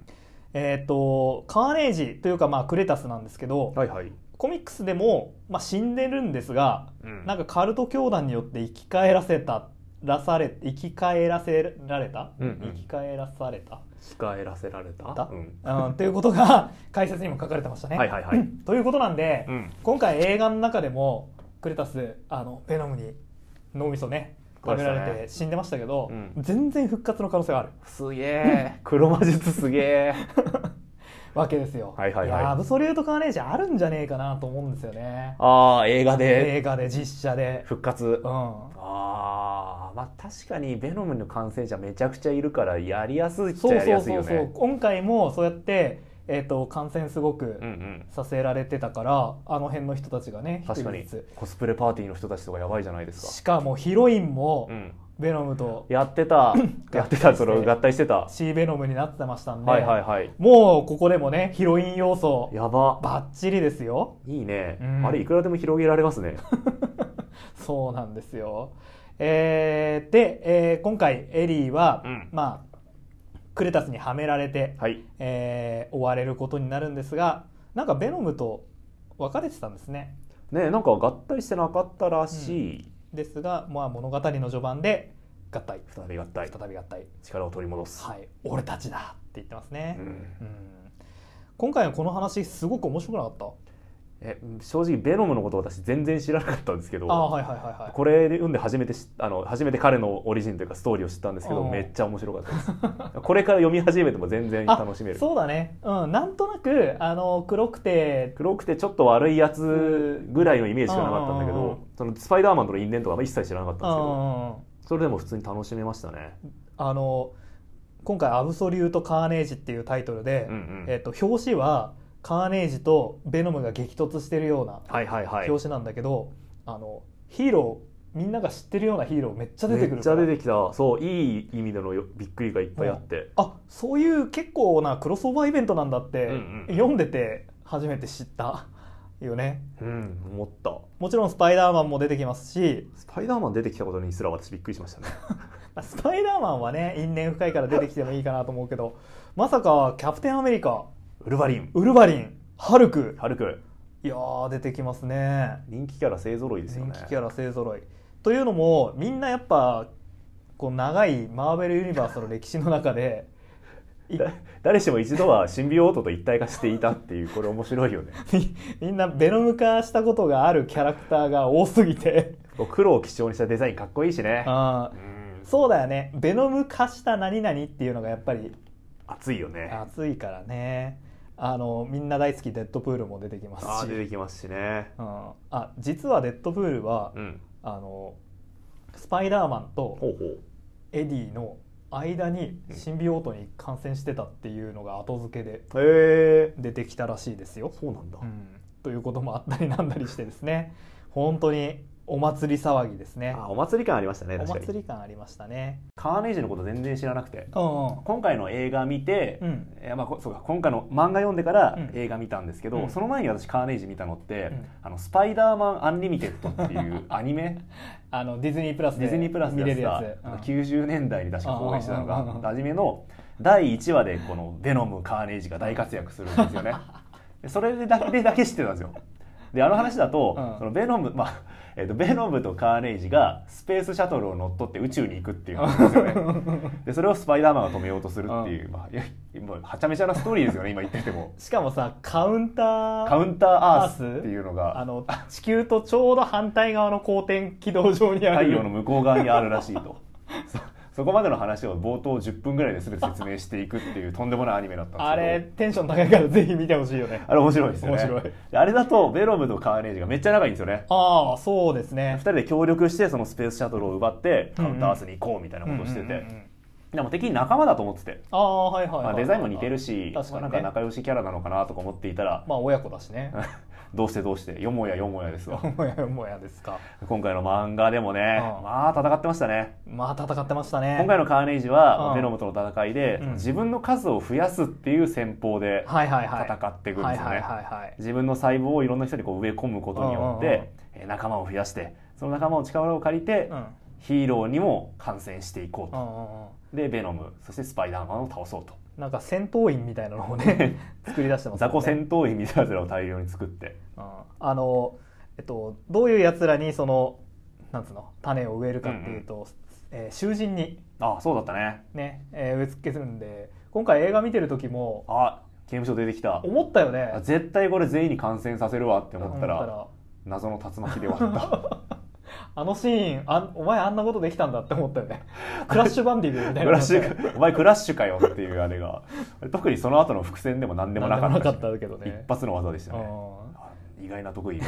えっとカーネージというか、まあ、クレタスなんですけど、はいはい、コミックスでも、まあ、死んでるんですが、うん、なんかカルト教団によって生き返らせたらされ生き返らせられた、うんうん、生き返らされた生き返らせられた、 うんうん、ということが解説にも書かれてましたね。はいはいはい、ということなんで、うん、今回映画の中でもクレタスあのベノムに脳みそね食べられて死んでましたけど、うん、全然復活の可能性がある。 すげえ黒魔術すげえわけですよ。はいはいはい、いやアブソリュートカーネージあるんじゃねえかなと思うんですよね。 ああ映画で映画で実写で復活、うん、あまあ確かにベノムの感染者めちゃくちゃいるからやりやすいっちゃやりやすいよね。そうそうそうそう、 今回もそうやってえー、と感染すごくさせられてたから、うんうん、あの辺の人たちがね確かにコスプレパーティーの人たちとかやばいじゃないですか。 しかもヒロインもベノムと、 うん、やってたやってたそれ合体してたシーベノムになってましたんで、 はいはいはい、 もうここでもねヒロイン要素やばバッチリですよ。 いいね、うん、あれいくらでも広げられますねそうなんですよ。えー、で、えー、今回エリーは、うん、まあクレタスにはめられて、はいえー、追われることになるんですが、なんかベノムと別れてたんですね。 ね、なんか合体してなかったらしい、 うん、ですが、まあ、物語の序盤で合体再び合体再び合体力を取り戻す、 はい、俺たちだって言ってますね、うんうん、今回のこの話すごく面白くなかった？ え正直ベノムのことを私全然知らなかったんですけど、 あ、はいはいはいはい、 これで読んで初めてあの初めて彼のオリジンというかストーリーを知ったんですけど、めっちゃ面白かったですこれから読み始めても全然楽しめる。 そうだね、うん、なんとなくあの黒くて黒くてちょっと悪いやつぐらいのイメージしかなかったんだけど、そのスパイダーマンとの因縁とか一切知らなかったんですけど、それでも普通に楽しめましたね。 あの今回「アブソリュート・カーネージ」っていうタイトルで、うんうん、えーと、表紙はカーネージとベノムが激突してるような表紙なんだけど、はいはいはい、あのヒーローみんなが知ってるようなヒーローめっちゃ出てくる。 めっちゃ出てきた。そういい意味でのびっくりがいっぱいあって、 うん、あそういう結構なクロスオーバーイベントなんだって、うんうん、読んでて初めて知ったよね。 うん、思った。 もちろんスパイダーマンも出てきますし、 スパイダーマン出てきたことにすら私びっくりしましたねスパイダーマンはね因縁深いから出てきてもいいかなと思うけどまさかキャプテンアメリカ、 ウルヴァリンウルヴァリン、ハルクハルクいやー出てきますね。 人気キャラ勢ぞろいですよね。 人気キャラ勢ぞろいというのもみんなやっぱこう長いマーベルユニバースの歴史の中で誰しも一度はシンビオートと一体化していたっていうこれ面白いよねみんなベノム化したことがあるキャラクターが多すぎて黒を基調にしたデザインかっこいいしね。 あ、うん、そうだよね。ベノム化した何々っていうのがやっぱり熱いよね。 熱いからね。あのみんな大好きデッドプールも出てきますし、 あ出てきますしね、 うん、あ実はデッドプールは、うん、あのスパイダーマンとエディの間にシンビオートに感染してたっていうのが後付けで出てきたらしいですよ。 そうなんだ、うん、 ということもあったりなんだりしてですね本当にお祭り騒ぎですね。 あお祭り感ありましたね。 確かにお祭り感ありましたね。 カーネージのこと全然知らなくて、 うんうん、 今回の映画見て、うんえまあ、そうか今回の漫画読んでから映画見たんですけど、うん、その前に私カーネージ見たのって、うん、あのスパイダーマンアンリミテッドっていうアニメあのディズニープラスでディズニープラスでやってた、うん、きゅうじゅうねんだいに確か放映してたのが初めのだいいちわでこのベノムカーネージが大活躍するんですよねでそれでだけでだけ知ってたんですよ。であの話だと、うん、そのベノム、まあえー、とベノムとカーネージがスペースシャトルを乗っ取って宇宙に行くっていう話ですよねでそれをスパイダーマンが止めようとするっていう、うんまあ、いやもうはちゃめちゃなストーリーですよね今言ってても。 しかもさカウンターカウンターアースっていうのがあの地球とちょうど反対側の公転軌道上にある太陽の向こう側にあるらしいとそこまでの話を冒頭じゅっぷんぐらいで全て説明していくっていうとんでもないアニメだったんですけど、 あれテンション高いからぜひ見てほしいよね。 あれ面白いですよね。 面白い。 あれだとベノムとカーネージがめっちゃ仲いいんですよね。 ああそうですね。 ふたりで協力してそのスペースシャトルを奪ってカウンターアースに行こうみたいなことをしてて、でも敵に仲間だと思ってて、 ああはいはいはい、はい、 まあ、デザインも似てるし、 確かにね、 なんか仲良しキャラなのかなとか思っていたら、 まあ親子だしねどうしてどうしてよもやよもやですわ。 よもやよもやですか。 今回の漫画でもね、うん、まあ戦ってましたね。 まあ戦ってましたね。 今回のカーネージはベノムとの戦いで、うん、自分の数を増やすっていう戦法で戦っていくんですよね。自分の細胞をいろんな人にこう植え込むことによって、うんうん、仲間を増やしてその仲間の力を借りて、うん、ヒーローにも感染していこうと、うんうんうん、でベノムそしてスパイダーマンを倒そうと、 なんか戦闘員みたいなのをね作り出してますね。 雑魚戦闘員みたいなやつらを大量に作って、 うん、あの、えっと、どういうやつらにそのなんつうの種を植えるかっていうと、うんうんえー、囚人にあそうだったねね、えー、植え付けするんで、今回映画見てる時もあ刑務所出てきた思ったよね。 絶対これ全員に感染させるわって思ったら謎の竜巻で終わったあのシーンあお前あんなことできたんだって思ったよね。クラッシュバンディングみたいな。 クラッシュお前クラッシュかよっていうあれが特にその後の伏線でも何でもなかったし、 なかったけどね、 一発の技でしたね。意外な得意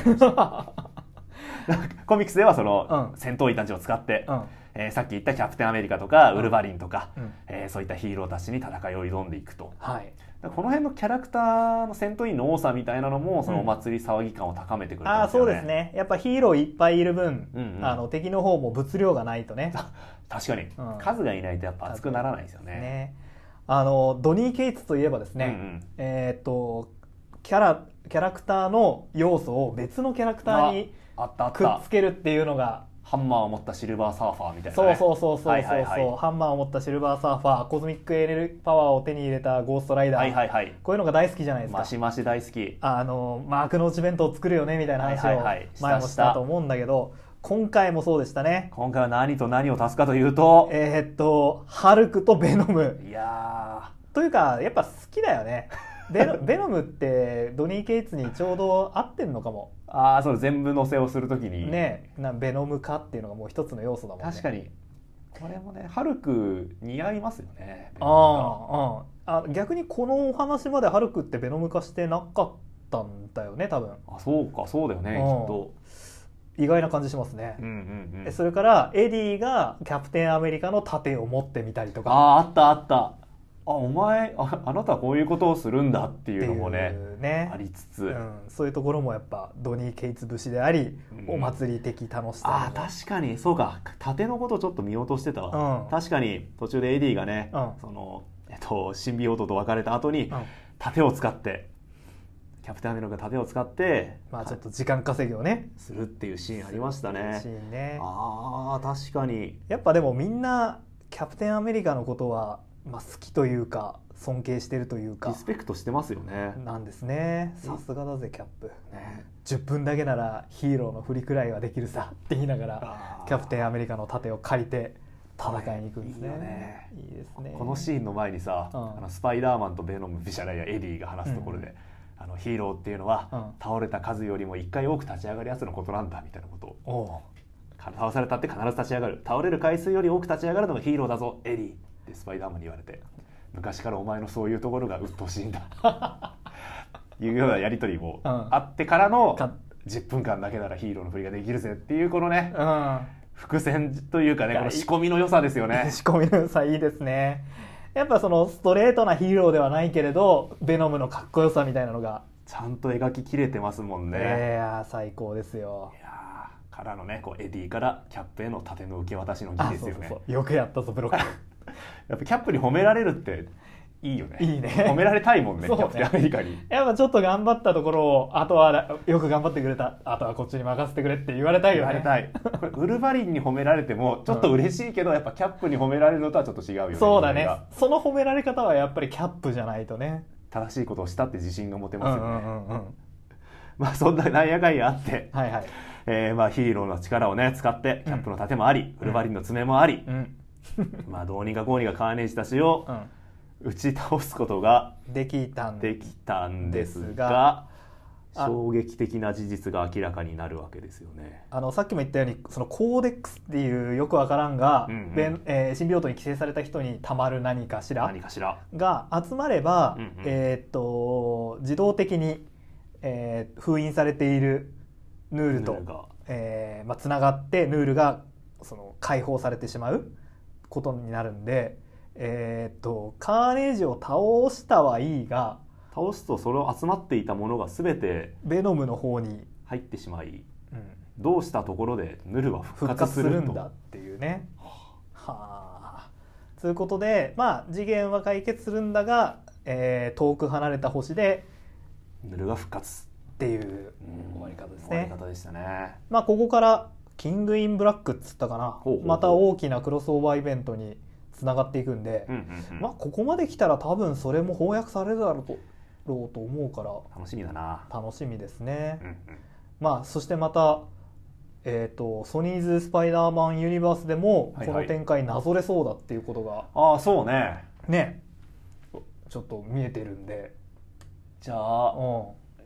コミックスではその、うん、戦闘員たちを使って、うんえー、さっき言ったキャプテンアメリカとかウルヴァリンとか、うんえー、そういったヒーローたちに戦いを挑んでいくと、はい、この辺のキャラクターの戦闘員の多さみたいなのもそのお祭り騒ぎ感を高めてくれてますよね、うん、あそうですね。 やっぱヒーローいっぱいいる分、うんうん、あの敵の方も物量がないとね確かに、うん、数がいないとやっぱ熱くならないですよね。 ねあのドニー・ケイツといえばですね、うんうん、えー、っとキャラキャラクターの要素を別のキャラクターにくっつけるっていうのがハンマーを持ったシルバーサーファーみたいな、ね、そうそうそうそうそう、はいはいはい、ハンマーを持ったシルバーサーファー、コズミックエネルパワーを手に入れたゴーストライダー、はいはいはい、こういうのが大好きじゃないですか。 マシマシ大好き。 あのマークの内弁当を作るよねみたいな話を前もしたと思うんだけど、はいはいはい、今回もそうでしたね。 今回は何と何を足すかというとえー、っとハルクとベノム。 いやというかやっぱ好きだよねベノ、ベノムってドニー・ケイツにちょうど合ってんのかも。 ああそう全部乗せをするときにねなベノム化っていうのがもう一つの要素だもんね。 確かにこれもねハルク似合いますよね。 ああ逆にこのお話までハルクってベノム化してなかったんだよね多分。 あそうかそうだよねきっと。 意外な感じしますね、うんうんうん、それからエディがキャプテンアメリカの盾を持ってみたりとか。 あああったあった。あお前 あ, あなたはこういうことをするんだっていうのも ね, ねありつつ、うん、 そういうところもやっぱドニー・ケイツ節であり、うん、お祭り的楽しさ。 あ確かにそうか盾のことちょっと見落としてたわ、うん、確かに途中でエディがね、うん、そのえっとシンビオートと別れた後に、うん、盾を使ってキャプテンアメリカが盾を使ってまあちょっと時間稼ぎをねするっていうシーンありましたね。 シーンね。 あ確かにやっぱでもみんなキャプテンアメリカのことは、まあ、好きというか尊敬してるというかリスペクトしてますよね。 なんですね。さすがだぜキャップ、ね、じゅっぷんだけならヒーローの振りくらいはできるさって言いながらキャプテンアメリカの盾を借りて戦いに行くんですね。いいよね。いいですね。 このシーンの前にさ、うん、あのスパイダーマンとベノムビシャラやエディが話すところで、うん、あのヒーローっていうのは、うん、倒れた数よりもいっかい多く立ち上がるやつのことなんだみたいなことを倒されたって必ず立ち上がる倒れる回数より多く立ち上がるのがヒーローだぞエディってスパイダーマンに言われて昔からお前のそういうところが鬱陶しいんだいうようなやり取りもあってからのじゅっぷんかんだけならヒーローの振りができるぜっていうこのね、うん、伏線というかねこの仕込みの良さですよね。 仕込みの良さいいですね。やっぱそのストレートなヒーローではないけれどベノムのかっこよさみたいなのがちゃんと描ききれてますもんね。いや最高ですよ。 いやからのねこうエディからキャップへの盾の受け渡しの儀ですよね。そうそうそうよくやったぞブロックやっぱキャップに褒められるっていいよね。 いいね。 褒められたいもんね、キャプテンアメリカに。 やっぱちょっと頑張ったところをあとはよく頑張ってくれたあとはこっちに任せてくれって言われたいよね。 言われたい。これウルヴァリンに褒められてもちょっと嬉しいけど、うん、やっぱキャップに褒められるのとはちょっと違うよね。 そうだね。その褒められ方はやっぱりキャップじゃないとね正しいことをしたって自信が持てますよね。うんうんうんうん、まあそんななんやかんやあって、はいはいえー、まあヒーローの力をね使ってキャップの盾もあり、うん、ウルヴァリンの爪もあり、うんまあどうにかこうにかカーネージたちを打ち倒すことができたんできたんですが、衝撃的な事実が明らかになるわけですよね。 あのさっきも言ったようにそのコーデックスっていうよくわからんが、うんうんえー、シンビオートに寄生された人にたまる何かしら何かしらが集まれば、うんうんえー、っと自動的に、えー、封印されているヌールとつな、えーまあ、がってヌールがその解放されてしまうことになるんで、えー、っとカーネージを倒したはいいが倒すとそれを集まっていたものが全てベノムの方に入ってしまい、うん、どうしたところでヌルは復活すると復活するんだっていうね。はあ。ということで、まあ次元は解決するんだが、えー、遠く離れた星でヌルが復活っていう終わり方ですね。 終わり方でしたね。 まあここからキングインブラックっつったかな。ほうほうほうまた大きなクロスオーバーイベントにつながっていくんで、うんうんうん、まあここまで来たら多分それも翻訳されるだろうと。ろうと思うから楽しみだな。 楽しみですね、うんうん、まあそしてまた、えー、とソニーズスパイダーマンユニバースでもこの展開なぞれそうだっていうことが、はいはい、 ああそうねねちょっと見えてるんでじゃあ、うん、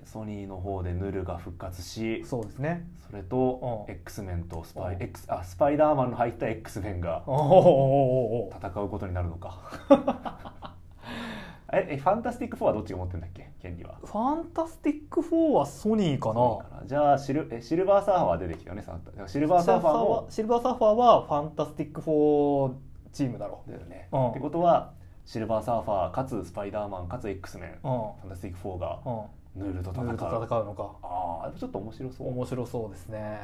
ソニーの方でヌルが復活し、 そうですね。 それと X メンとスパイ、X、あスパイダーマンの入った X メンが戦うことになるのか。ええファンタスティックフォーはどっちが持ってるんだっけ、権利は。 ファンタスティックフォーはソニーかな。 じゃあシルえシルバーサーファーは出てきたよね。シルバーサーファーもシルバーサーファーはファンタスティックフォーチームだろう。 だよね、うん、ってことはシルバーサーファーかつスパイダーマンかつ X メン、うん、ファンタスティックフォーがヌールと戦う、ヌールと戦うのか。 ああちょっと面白そう。 面白そうですね。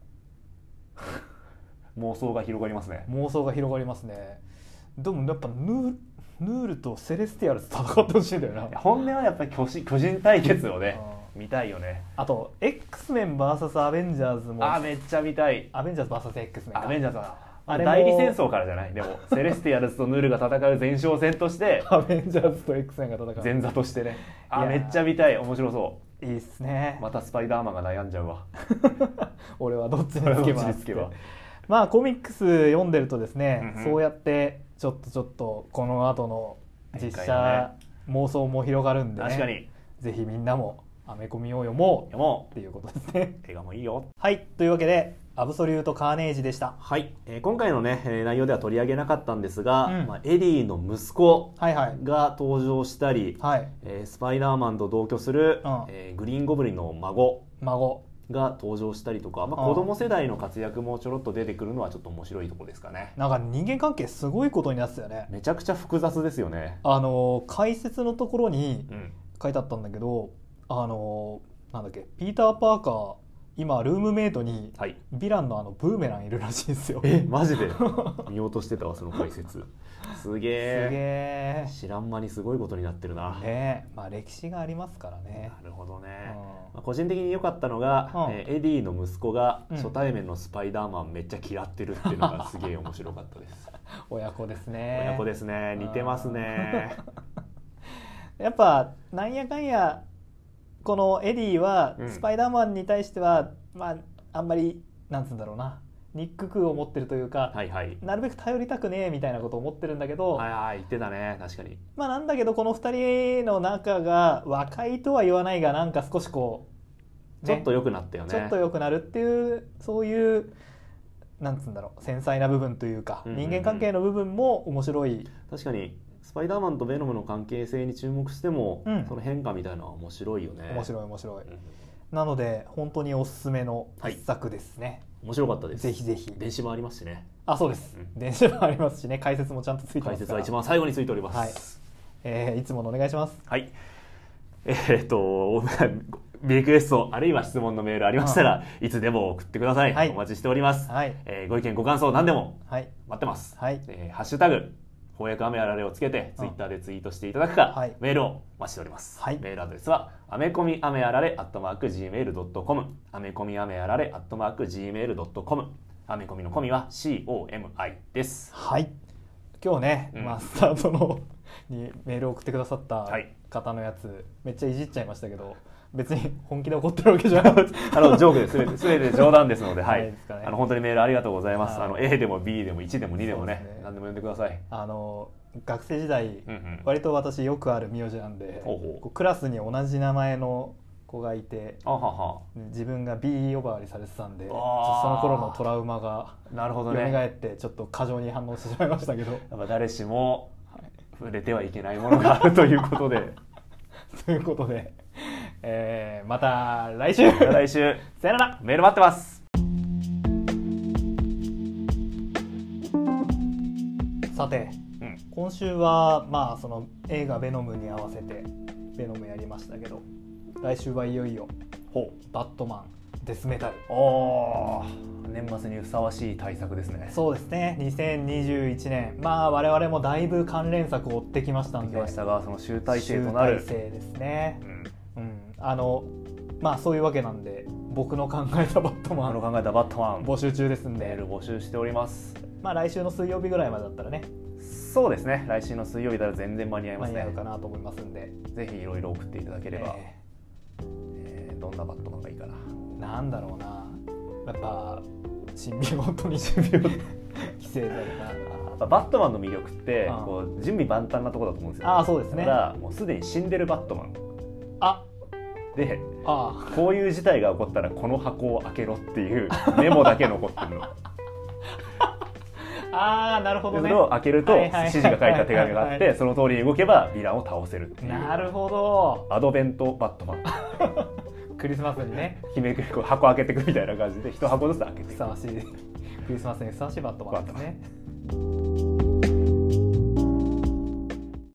妄想が広がりますね。 妄想が広がりますね。でもやっぱヌールヌールとセレスティアルと戦ってほしいんだよな。 本音はやっぱり巨人、巨人対決をね、うん、見たいよね。 あと X メン ブイエス アベンジャーズも。 あめっちゃ見たい。 アベンジャーズ ブイエス X メン。 アベンジャーズはあれ代理戦争からじゃない。でもセレスティアルズとヌールが戦う前哨戦としてアベンジャーズと X メンが戦う前座としてね。あめっちゃ見たい。面白そう。 いいっすね。 またスパイダーマンが悩んじゃうわ。 俺はどっちにつけますって。まあコミックス読んでるとですね、うんうん、そうやってちょっとちょっとこの後の実写、ね、妄想も広がるんで、ね、 確かにぜひみんなもアメコミを読もう読もうっていうことですね。 映画もいいよ。 はいというわけでアブソリュートカーネージでした。 はい、えー、今回のね、えー、内容では取り上げなかったんですが、うんまあ、エディの息子が登場したり、はいはいえー、スパイダーマンと同居する、うんえー、グリーンゴブリンの孫孫が登場したりとか、まあ、子供世代の活躍もちょろっと出てくるのはちょっと面白いところですかね。 なんか人間関係すごいことになってたよね。 めちゃくちゃ複雑ですよね。 あの解説のところに書いてあったんだけど、うん、あのなんだっけピーター・パーカー今ルームメイトにヴィランのあのブーメランいるらしいんですよ。 えマジで見落としてたわその解説。すげえ。 すげえ。 知らん間にすごいことになってるな。 ねまあ歴史がありますからね。 なるほどね。うんまあ、個人的に良かったのが、うんえー、エディの息子が初対面のスパイダーマンめっちゃ嫌ってるっていうのがすげえ面白かったです。 親子ですね。 親子ですね。似てますね。 やっぱなんやかんやこのエディはスパイダーマンに対しては、うん、まああんまりなんつうんだろうな憎く思ってるというか、はいはい、なるべく頼りたくねえみたいなことを思ってるんだけど、 はいはい言ってたね確かに。 まあなんだけどこのふたりの仲が和解とは言わないがなんか少しこう、ね、ちょっと良くなったよね。 ちょっと良くなるっていうそういうなんつうんだろう繊細な部分というか、うんうんうん、人間関係の部分も面白い。 確かにスパイダーマンとベノムの関係性に注目しても、うん、その変化みたいなのは面白いよね。 面白い面白い、うん、なので本当におすすめの一作ですね、はい、 面白かったです。 ぜひぜひ。 電子もありますしね。 あそうです、うん、電子もありますしね解説もちゃんとついてますから。 解説は一番最後についております、 はいえー、いつものお願いします。 はいえー、っとリクエストあるいは質問のメールありましたら、うん、いつでも送ってください、はい、お待ちしております、はいえー、ご意見ご感想何でも待ってます、はいえー、ハッシュタグ翻訳アメあられをつけてツイッターでツイートしていただくか、はい、メールをお待ちしております、はい、メールアドレスはアメコミアメあられアットマーク ジーメールドットコム アメコミアメあられアットマーク ジーメールドットコム アメコミのコミは シーオーエムアイ です。 はい今日ね、うんまあ、スタートのにメールを送ってくださった方のやつ、はい、めっちゃいじっちゃいましたけど別に本気で怒ってるわけじゃないあのジョークです全て全て冗談ですので、はい、あの本当にメールありがとうございます。あの A でも B でもいちでもにでも ね, ね何でも呼んでください。あの学生時代、うんうん、割と私よくある名字なんでほうほうクラスに同じ名前の子がいてあはは自分が B 呼ばわりされてたんでその頃のトラウマが蘇ってちょっと過剰に反応してしまいましたけどやっぱ誰しも触れてはいけないものがあるということでということでえー、また来週来週さよなら。 メール待ってます。 さて、うん、今週はまあその映画ベノムに合わせてベノムやりましたけど来週はいよいよほうバットマンデスメタル。 お年末にふさわしい大作ですね。 そうですねにせんにじゅういちねんまあ我々もだいぶ関連作を追ってきましたんで追ってきましたがその集大成となる集大成ですね、うんうん、あのまあそういうわけなんで僕の考えたバットマン僕の考えたバットマン募集中ですんでメール募集しております。 まあ来週の水曜日ぐらいまでだったらね。 そうですね来週の水曜日なら全然間に合いますね。 間に合うかなと思いますんでぜひいろいろ送っていただければ、えーえー、どんなバットマンがいいかな。 なんだろうなやっぱ神秘ごとに神秘ごと規制されたバットマンの魅力ってこう準備万端なところだと思うんですよ。 ああそうですね。 だからもうすでに死んでるバットマンあでああこういう事態が起こったらこの箱を開けろっていうメモだけ残ってるの。 ああなるほどね。 それを開けると指示が書いた手紙があって、その通りに動けばヴィランを倒せるっていう。 なるほど。 アドベントバットマン。 クリスマスにね、 決めこう箱開けていくみたいな感じで一箱ずつ開けていく。 ふさわしいクリスマスにふさわしいバットマンですね。